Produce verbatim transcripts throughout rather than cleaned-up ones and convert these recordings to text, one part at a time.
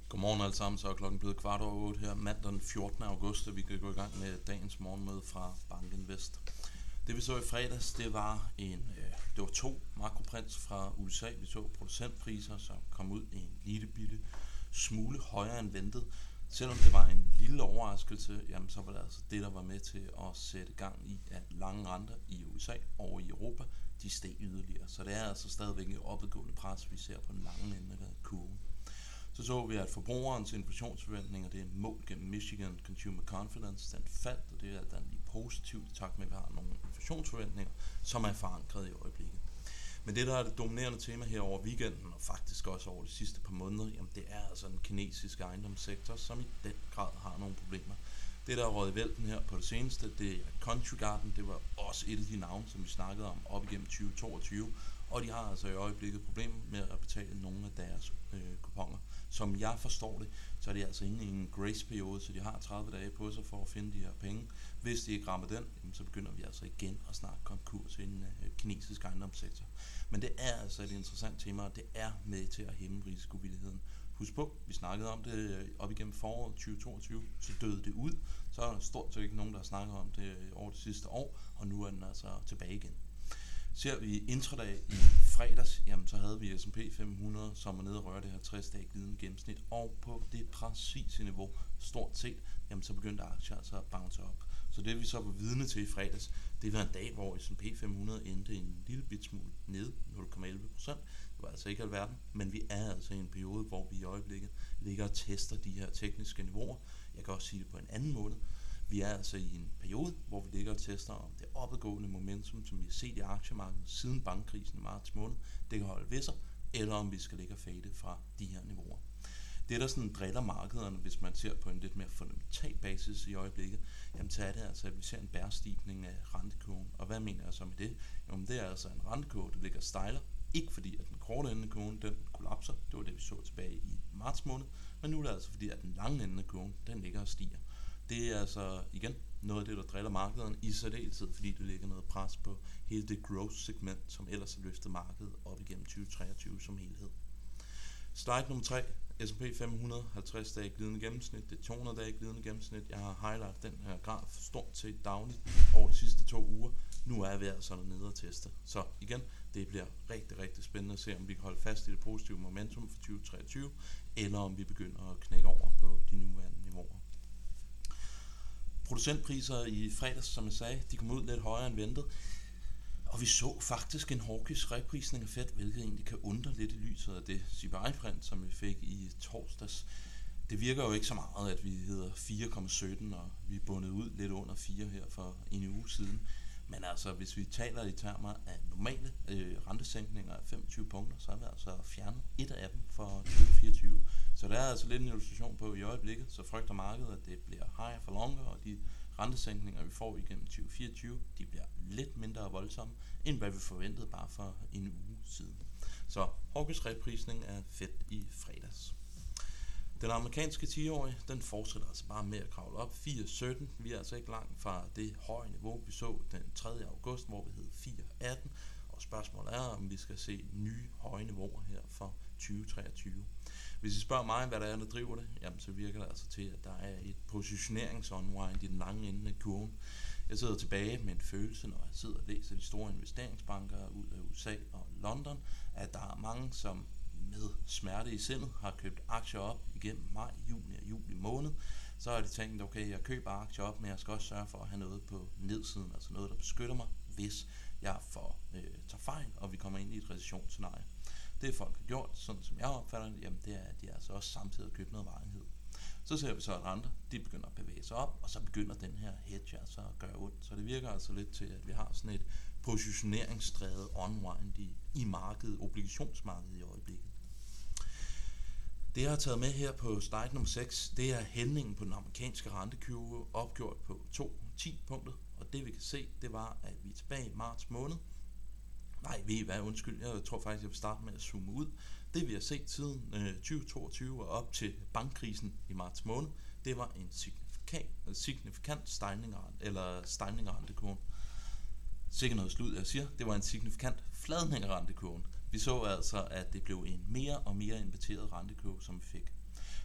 Godmorgen alle sammen, så er klokken blevet kvart over otte her, mandag den fjortende august, og vi kan gå i gang med dagens morgenmøde fra Bankinvest. Det vi så i fredags, det var en, øh, det var to makroprints fra U S A. Vi så producentpriser, som kom ud i en lille bitte smule højere end ventet. Selvom det var en lille overraskelse, jamen så var det altså det, der var med til at sætte gang i, at lange renter i U S A og i Europa, de steg yderligere. Så det er altså stadigvæk et opadgående pres, vi ser på den lange ende af kurven. Så så vi, at forbrugerens inflationsforventninger, det er målt gennem Michigan Consumer Confidence, den faldt, og det er den lige positivt i takt med, at vi har nogle inflationsforventninger, som er forankret i øjeblikket. Men det, der er det dominerende tema her over weekenden, og faktisk også over de sidste par måneder, jamen det er altså den kinesiske ejendomssektor, som i den grad har nogle problemer. Det, der er røget i vælten her på det seneste, det er Country Garden. Det var også et af de navne, som vi snakkede om op igennem tyve toogtyve, og de har altså i øjeblikket problemer med at betale nogle af deres øh, kuponer. Som jeg forstår det, så er det altså inde i en grace-periode, så de har tredive dage på sig for at finde de her penge. Hvis de ikke rammer den, jamen, så begynder vi altså igen at snakke konkurs i den øh, kinesiske ejendomssektor. Men det er altså et interessant tema, og det er med til at hæmme risikovilligheden. Husk på, vi snakkede om det op igennem foråret tyve toogtyve, så døde det ud. Så er der stort set ikke nogen, der har snakket om det over det sidste år, og nu er den altså tilbage igen. Ser vi intradag i fredags, jamen så havde vi S and P fem hundrede, som var nede og røre det her tres dage glidende gennemsnit, og på det præcise niveau, stort set, jamen så begyndte aktier altså at bounce op. Så det vi så var vidne til i fredags, det var en dag, hvor S and P fem hundrede endte en lille bit smule ned, nul komma elleve procent. Det var altså ikke alverden, men vi er altså i en periode, hvor vi i øjeblikket ligger og tester de her tekniske niveauer. Jeg kan også sige det på en anden måde. Vi er altså i en periode, hvor vi ligger og tester om det opadgående momentum, som vi har set i aktiemarkedet siden bankkrisen i marts måned, det kan holde ved sig, eller om vi skal ligge og fade fra de her niveauer. Det, der sådan driller markederne, hvis man ser på en lidt mere fundamental basis i øjeblikket, jamen så er det altså, at vi ser en bærestigning af rentekurven. Og hvad mener jeg så med det? Jamen det er altså en rentekurve, der ligger stejler. Ikke fordi, at den korte ende af kurven, den kollapser. Det var det, vi så tilbage i marts måned. Men nu er det altså fordi, at den lange ende af kurven, den ligger og stiger. Det er altså igen noget af det, der driller markederne i særdeleshed, fordi det ligger noget pres på hele det growth-segment, som ellers har løftet markedet op igennem tyve treogtyve som helhed. Slide nummer tre, S and P fem hundrede, halvtreds dage glidende gennemsnit, det er to hundrede dage glidende gennemsnit. Jeg har highlightet den her graf stort set dagligt over de sidste to uger. Nu er vi altså nede og teste. Så igen, det bliver rigtig, rigtig spændende at se, om vi kan holde fast i det positive momentum for tyve treogtyve, eller om vi begynder at knække over på de nuværende niveauer. Producentpriser i fredags, som jeg sagde, de kom ud lidt højere end ventet. Og vi så faktisk en hawkish reprisning af Fed, hvilket egentlig kan undre lidt i lyset af det C P I-print, som vi fik i torsdags. Det virker jo ikke så meget, at vi hedder fire komma sytten, og vi er bundet ud lidt under fire her for en uge siden. Men altså, hvis vi taler i termer af normale øh, rentesænkninger af femogtyve punkter, så har vi altså fjernet et af dem for tyve fireogtyve. Så der er altså lidt en illustration på i øjeblikket, så frygter markedet, at det bliver higher for longer, og de rentesænkninger, vi får igennem tyve fireogtyve, de bliver lidt mindre voldsomme, end hvad vi forventede bare for en uge siden. Så hawkish reprisning er fedt i fredags. Den amerikanske ti-årige, den fortsætter altså bare med at kravle op. fire komma sytten, vi er altså ikke langt fra det høje niveau, vi så den tredje august, hvor vi hed fire komma atten. Og spørgsmålet er, om vi skal se nye høje niveauer her for tyve treogtyve. Hvis I spørger mig, hvad der er, der driver det, jamen så virker det altså til, at der er et positionerings-unwind i den lange ende af kurven. Jeg sidder tilbage med en følelse, når jeg sidder og læser de store investeringsbanker ud af U S A og London, at der er mange, som med smerte i sindet har købt aktier op igennem maj, juni og juli måned. Så har de tænkt, okay, jeg køber aktier op, men jeg skal også sørge for at have noget på nedsiden, altså noget, der beskytter mig, hvis jeg får øh, tager fejl, og vi kommer ind i et recessionsscenarie. Det folk har gjort, sådan som jeg opfatter det, jamen det er, at de altså også samtidig har købt noget varighed. Så ser vi så, at renter, de begynder at bevæge sig op, og så begynder den her hedge altså at gøre ondt. Så det virker altså lidt til, at vi har sådan et positioneringsdrevet unwind i, i markedet, obligationsmarkedet i øjeblikket. Det jeg har taget med her på slide nummer seks, det er hældningen på den amerikanske rentekurve opgjort på to komma ti punkter. Og det vi kan se, det var, at vi er tilbage i marts måned. Nej, ved I hvad, undskyld, jeg tror faktisk, jeg vil starte med at zoome ud. Det vi har set siden øh, tyve toogtyve og op til bankkrisen i marts måned, det var en signifikant, signifikant stigning, eller stigning af rentekurven. Sikkert noget slud, jeg siger, det var en signifikant fladning af rentekurven. Vi så altså, at det blev en mere og mere inverteret rentekurve, som vi fik.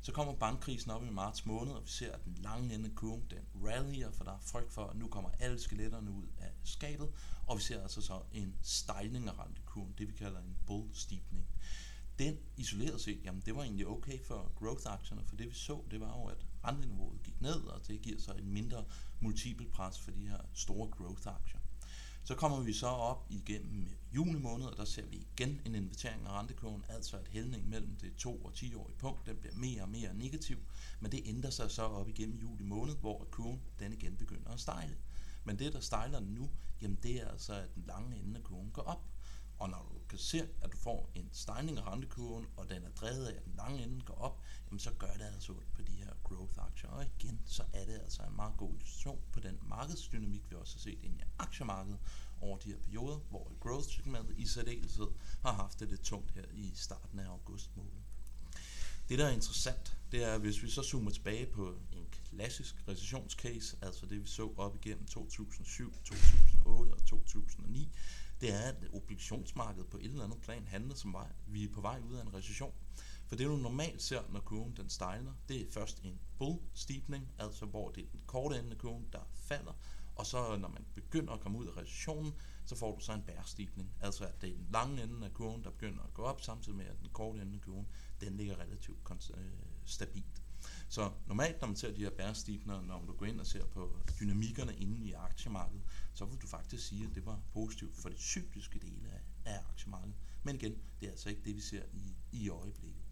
Så kommer bankkrisen op i marts måned, og vi ser, at den lange ende af kurven, den rallyer, for der er frygt for, at nu kommer alle skeletterne ud af skabet, og vi ser altså så en stejling af rentekurven, det vi kalder en bull steepening. Den isoleret set, jamen det var egentlig okay for growth-aktierne, for det vi så, det var jo, at renteniveauet gik ned, og det giver så en mindre multiple pres for de her store growth-aktier. Så kommer vi så op igennem juni måned, og der ser vi igen en invertering af rentekurven, altså at hældning mellem det to og ti-årige punkt, den bliver mere og mere negativ, men det ændrer sig så op igennem juli måned, hvor kurven den igen begynder at stejle. Men det, der stejler den nu, jamen det er altså, at den lange ende af kurven går op. Og når du kan se, at du får en stejling af rentekurven, og den er drevet af, at den lange ende går op, jamen så gør det altså ondt på de her growth-aktier. Og igen, så er det altså en meget god illustration på den markedsdynamik, vi også har set ind i aktiemarkedet over de her perioder, hvor growth-segmentet i særdeleshed har haft det lidt tungt her i starten af august måned. Det, der er interessant, det er, hvis vi så zoomer tilbage på en klassisk recessionscase, altså det vi så op igennem to tusind og syv, to tusind og otte og to tusind og ni, det er, at obligationsmarkedet på et eller andet plan handler som vej, vi er på vej ud af en recession. For det, du normalt ser, når kurven den stejler, det er først en bull steepening, altså hvor det er den korte ende af kurven, der falder, og så når man begynder at komme ud af recessionen, så får du så en bear steepening, altså at det er den lange ende af kurven, der begynder at gå op, samtidig med at den korte ende af kurven, den ligger relativt konst- øh, stabilt. Så normalt, når man ser de her bear steepener, når du går ind og ser på dynamikkerne inde i aktiemarkedet, så vil du faktisk sige, at det var positivt for de cykliske dele af, af aktiemarkedet. Men igen, det er altså ikke det, vi ser i, i øjeblikket.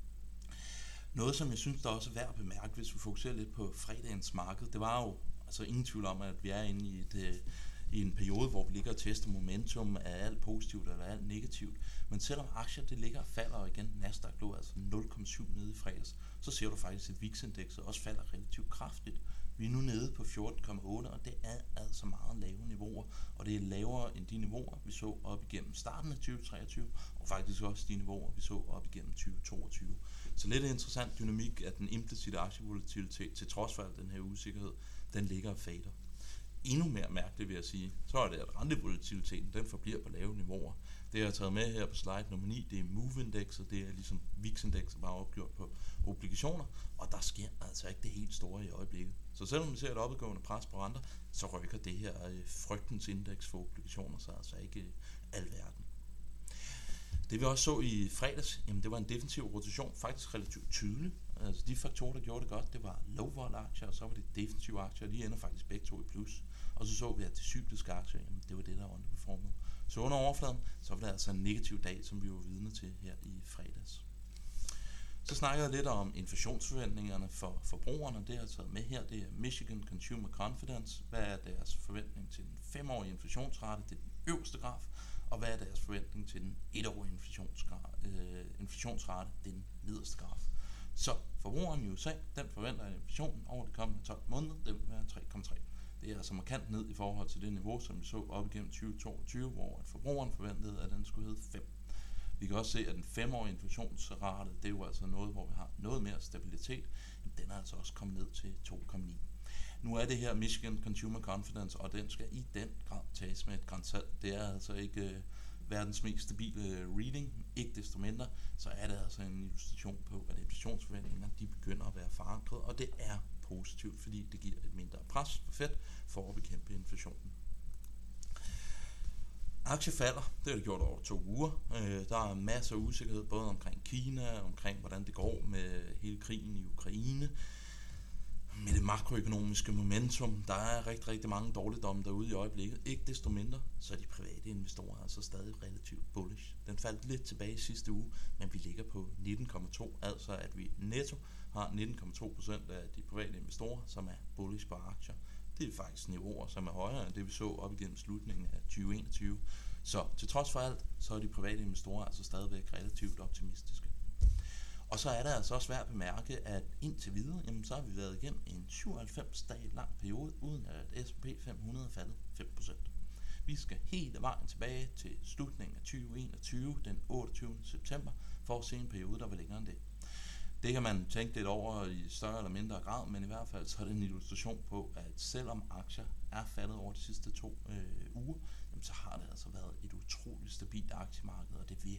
Noget, som jeg synes, der også er værd at bemærke, hvis vi fokuserer lidt på fredagens marked, det var jo altså ingen tvivl om, at vi er inde i, et, i en periode, hvor vi ligger og tester momentum af alt positivt eller alt negativt. Men selvom aktier det ligger og falder, og igen Nasdaq lå altså nul komma syv nede i fredags, så ser du faktisk, at V I X-indekset også falder relativt kraftigt. Vi er nu nede på fjorten komma otte, og det er altså meget lave niveauer, og det er lavere end de niveauer, vi så op igennem starten af tyve treogtyve, og faktisk også de niveauer, vi så op igennem tyve toogtyve. Så lidt interessant dynamik af den implicite aktievolatilitet, til trods for al den her usikkerhed, den ligger og fader. Endnu mere mærkeligt vil jeg sige, så er det, at rentevolatiliteten den forbliver på lave niveauer. Det jeg har taget med her på slide nummer ni, det er Move-indekset, det er ligesom V I X-indekset bare opgjort på obligationer, og der sker altså ikke det helt store i øjeblikket. Så selvom vi ser et opadgående pres på renter, så rykker det her øh, frygtens indeks for obligationer sig altså ikke øh, alverden. Det vi også så i fredags, jamen det var en defensiv rotation, faktisk relativt tydelig. Altså de faktorer, der gjorde det godt, det var low vol aktier, og så var det defensive aktier, og de ender faktisk begge to i plus. Og så så vi, at de cykliske aktier, jamen det var det, der underperformede. Så under overfladen, så var det altså en negativ dag, som vi var vidne til her i fredags. Så snakkede jeg lidt om inflationsforventningerne for forbrugerne. Det har jeg taget med her, det er Michigan Consumer Confidence. Hvad er deres forventning til den femårige inflationsrate? Det er den øverste graf. Og hvad er deres forventning til den etårige øh, inflationsrate? Det er den nederste graf. Så forbrugeren i U S A, den forventer, at inflationen over de kommende tolv måneder, den vil være tre komma tre. Det er altså markant ned i forhold til det niveau, som vi så op igennem tyve toogtyve, hvor at forbrugeren forventede, at den skulle hedde fem. Vi kan også se, at den femårige inflationsrate, det er jo altså noget, hvor vi har noget mere stabilitet, men den er altså også kommet ned til to komma ni. Nu er det her Michigan Consumer Confidence, og den skal i den grad tages med et gran salt. Det er altså ikke øh, verdens mest stabile reading. Ikke desto mindre, så er det altså en illustration på, at inflationsforventningerne de begynder at være forankret, og det er positivt, fordi det giver et mindre pres på Fed for at bekæmpe inflationen. Aktier falder, det har det gjort over to uger. Øh, der er masser af usikkerhed både omkring Kina, omkring hvordan det går med hele krigen i Ukraine, med det makroøkonomiske momentum. Der er rigtig, rigtig mange dårligdomme derude i øjeblikket. Ikke desto mindre, så er de private investorer altså stadig relativt bullish. Den faldt lidt tilbage i sidste uge, men vi ligger på nitten komma to, altså at vi netto har nitten komma to procent af de private investorer, som er bullish på aktier. Det er faktisk niveauer, som er højere end det, vi så op igennem slutningen af tyve enogtyve. Så til trods for alt, så er de private investorer altså stadigvæk relativt optimistiske. Og så er det altså også svært at bemærke, at indtil videre, jamen så har vi været igennem en syvoghalvfems dage lang periode, uden at S og P fem hundrede er faldet fem procent. Vi skal hele vejen tilbage til slutningen af tyve enogtyve, den otteogtyvende september, for at se en periode, der var længere end det. Det kan man tænke lidt over i større eller mindre grad, men i hvert fald så er det en illustration på, at selvom aktier er faldet over de sidste to øh, uger, jamen så har det altså været et utroligt stabilt aktiemarked, og det vil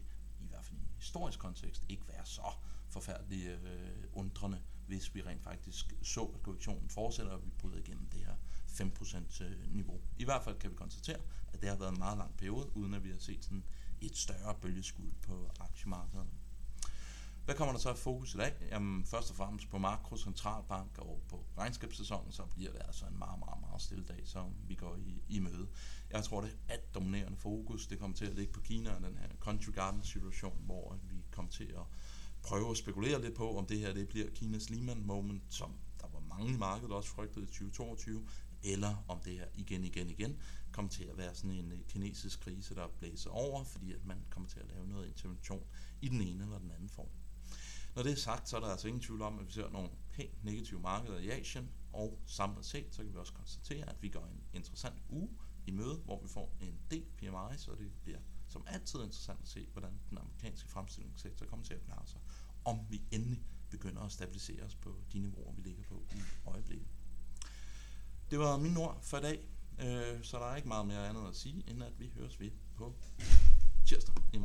i hvert fald i en historisk kontekst, ikke være så forfærdeligt øh, undrende, hvis vi rent faktisk så, at korrektionen fortsætter, og vi bryder igennem det her fem procent niveau. I hvert fald kan vi konstatere, at det har været en meget lang periode, uden at vi har set sådan et større bølgeskud på aktiemarkedet. Hvad kommer der så af fokus i dag? Jamen, først og fremmest på makro, centralbank og på regnskabssæsonen, så bliver det altså en meget, meget, meget stille dag, som vi går i, i møde. Jeg tror, det er et dominerende fokus. Det kommer til at ligge på Kina og den her country garden situation, hvor vi kommer til at prøve at spekulere lidt på, om det her det bliver Kinas Lehman moment, som der var mange i markedet også frygtede i tyve toogtyve, eller om det her igen, igen, igen kommer til at være sådan en kinesisk krise, der blæser over, fordi at man kommer til at lave noget intervention i den ene eller den anden form. Når det er sagt, så er der altså ingen tvivl om, at vi ser nogle pænt negative markeder i Asien, og samlet set, så kan vi også konstatere, at vi går en interessant uge i møde, hvor vi får en del P M I, så det bliver som altid interessant at se, hvordan den amerikanske fremstillingssektor kommer til at klare sig, om vi endelig begynder at stabilisere os på de niveauer, vi ligger på i øjeblikket. Det var mine ord for i dag, så der er ikke meget mere andet at sige, end at vi høres ved på tirsdag i morgen.